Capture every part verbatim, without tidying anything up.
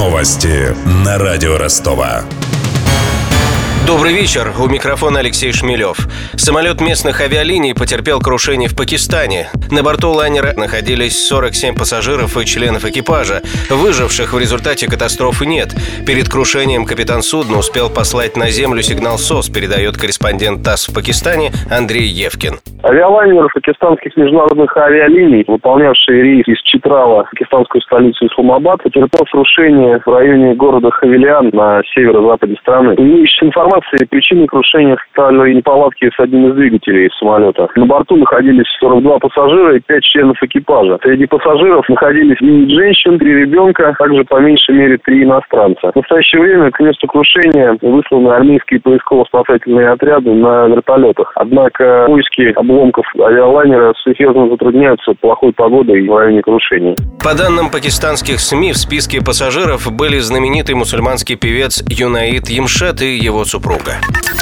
Новости на радио Ростова. Добрый вечер. У микрофона Алексей Шмелев. Самолет местных авиалиний потерпел крушение в Пакистане. На борту лайнера находились сорок семь пассажиров и членов экипажа. Выживших в результате катастрофы нет. Перед крушением капитан судна успел послать на землю сигнал СОС, передает корреспондент ТАСС в Пакистане Андрей Евкин. Авиалайнер пакистанских международных авиалиний, выполнявший рейс из Читрала в пакистанскую столицу Исламабад, потерпел крушение в районе города Хавелиан на северо-западе страны. По имеющейся информации, причиной крушения стали неполадки с одним из двигателей самолета. На борту находились сорок два пассажира и пять членов экипажа. Среди пассажиров находились девять женщин, три ребенка, также по меньшей мере три иностранца. В настоящее время к месту крушения высланы армейские поисково-спасательные отряды на вертолетах. Однако поиски обломков авиалайнера серьезно затрудняются плохой погодой в районе крушения. По данным пакистанских СМИ, в списке пассажиров были знаменитый мусульманский певец Юнаид Ямшет и его супруга.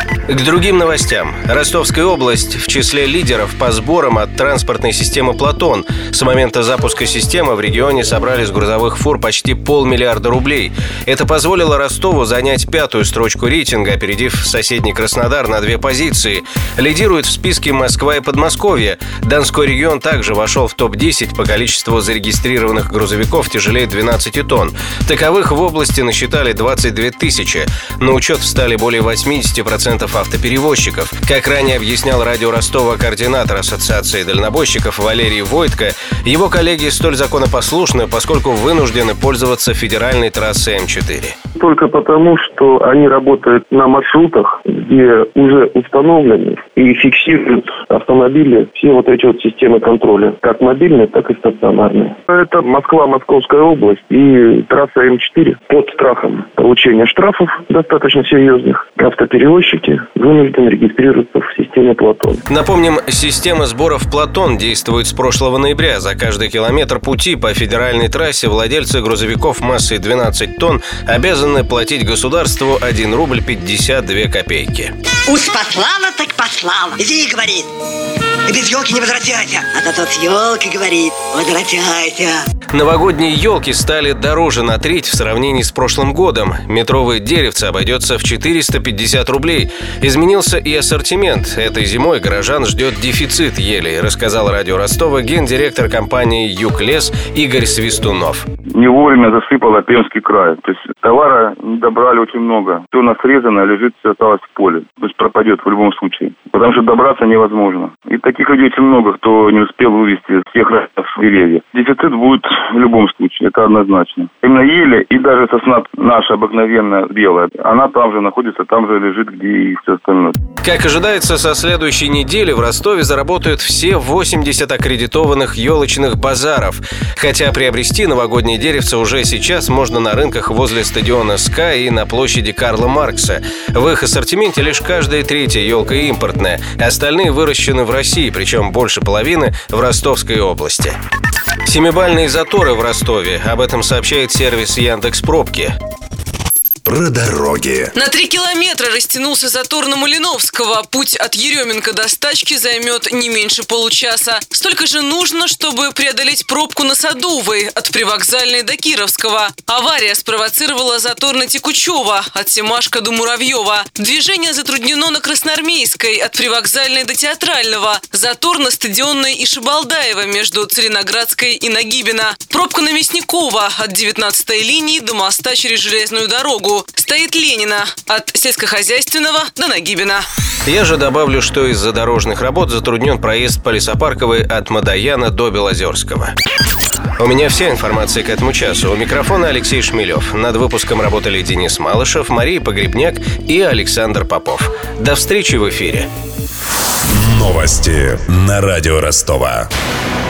К другим новостям. Ростовская область в числе лидеров по сборам от транспортной системы «Платон». С момента запуска системы в регионе собрали с грузовых фур почти полмиллиарда рублей. Это позволило Ростову занять пятую строчку рейтинга, опередив соседний Краснодар на две позиции. Лидирует в списке Москва и Подмосковье. Донской регион также вошел в топ десять по количеству зарегистрированных грузовиков тяжелее двенадцати тонн. Таковых в области насчитали двадцать две тысячи. На учет встали более восемьдесят процентов автоперевозчиков. Как ранее объяснял радио Ростова координатор Ассоциации дальнобойщиков Валерий Войтко, его коллеги столь законопослушны, поскольку вынуждены пользоваться федеральной трассой эм четыре. Только потому, что они работают на маршрутах, где уже установлены и фиксируют автомобили все вот эти вот системы контроля, как мобильные, так и стационарные. Это Москва, Московская область и трасса эм четыре. Под страхом получения штрафов достаточно серьезных автоперевозчики вынуждены регистрироваться в системе «Платон». Напомним, система сборов «Платон» действует с прошлого ноября. За каждый километр пути по федеральной трассе владельцы грузовиков массой двенадцать тонн обязаны платить государству один рубль пятьдесят две копейки. Уж послала, так послала. Иди, говорит. Без елки не возвращайся. А то тот с елки говорит: возвращайся. Новогодние елки стали дороже на треть в сравнении с прошлым годом. Метровое деревце обойдется в четыреста пятьдесят рублей. Изменился и ассортимент. Этой зимой горожан ждет дефицит елей, рассказал радио Ростова гендиректор компании «Юглес» Игорь Свистунов. Не вовремя засыпало Пермский край. То есть товара не добрали очень много. Все насрезано, лежит, все осталось в поле. То есть пропадет в любом случае. Потому что добраться невозможно. И таких людей очень много, кто не успел вывести всех деревьев. Дефицит будет в любом случае, это однозначно. Именно ели и даже сосна наша обыкновенная белая, она там же находится, там же лежит, где и все остальное. Как ожидается, со следующей недели в Ростове заработают все восемьдесят аккредитованных елочных базаров. Хотя приобрести новогоднее деревце уже сейчас можно на рынках возле стадиона СКА и на площади Карла Маркса. В их ассортименте лишь каждая третья елка импортная. Остальные выращены в России, причем больше половины в Ростовской области. Семибальные заторы в Ростове. Об этом сообщает сервис Яндекс.Пробки. Про дороги. На три километра растянулся затор на Малиновского. Путь от Еременко до Стачки займет не меньше получаса. Столько же нужно, чтобы преодолеть пробку на Садовой от Привокзальной до Кировского. Авария спровоцировала затор на Текучева от Семашка до Муравьева. Движение затруднено на Красноармейской от Привокзальной до Театрального. Затор на Стадионной и Шибалдаева между Целиноградской и Нагибина. Пробка на Мясникова от девятнадцатой линии до моста через железную дорогу. Стоит Ленина от Сельскохозяйственного до Нагибина. Я же добавлю, что из-за дорожных работ затруднен проезд по Лесопарковой от Мадояна до Белозерского. У меня вся информация к этому часу. У микрофона Алексей Шмелев. Над выпуском работали Денис Малышев, Мария Погребняк и Александр Попов. До встречи в эфире. Новости на радио Ростова.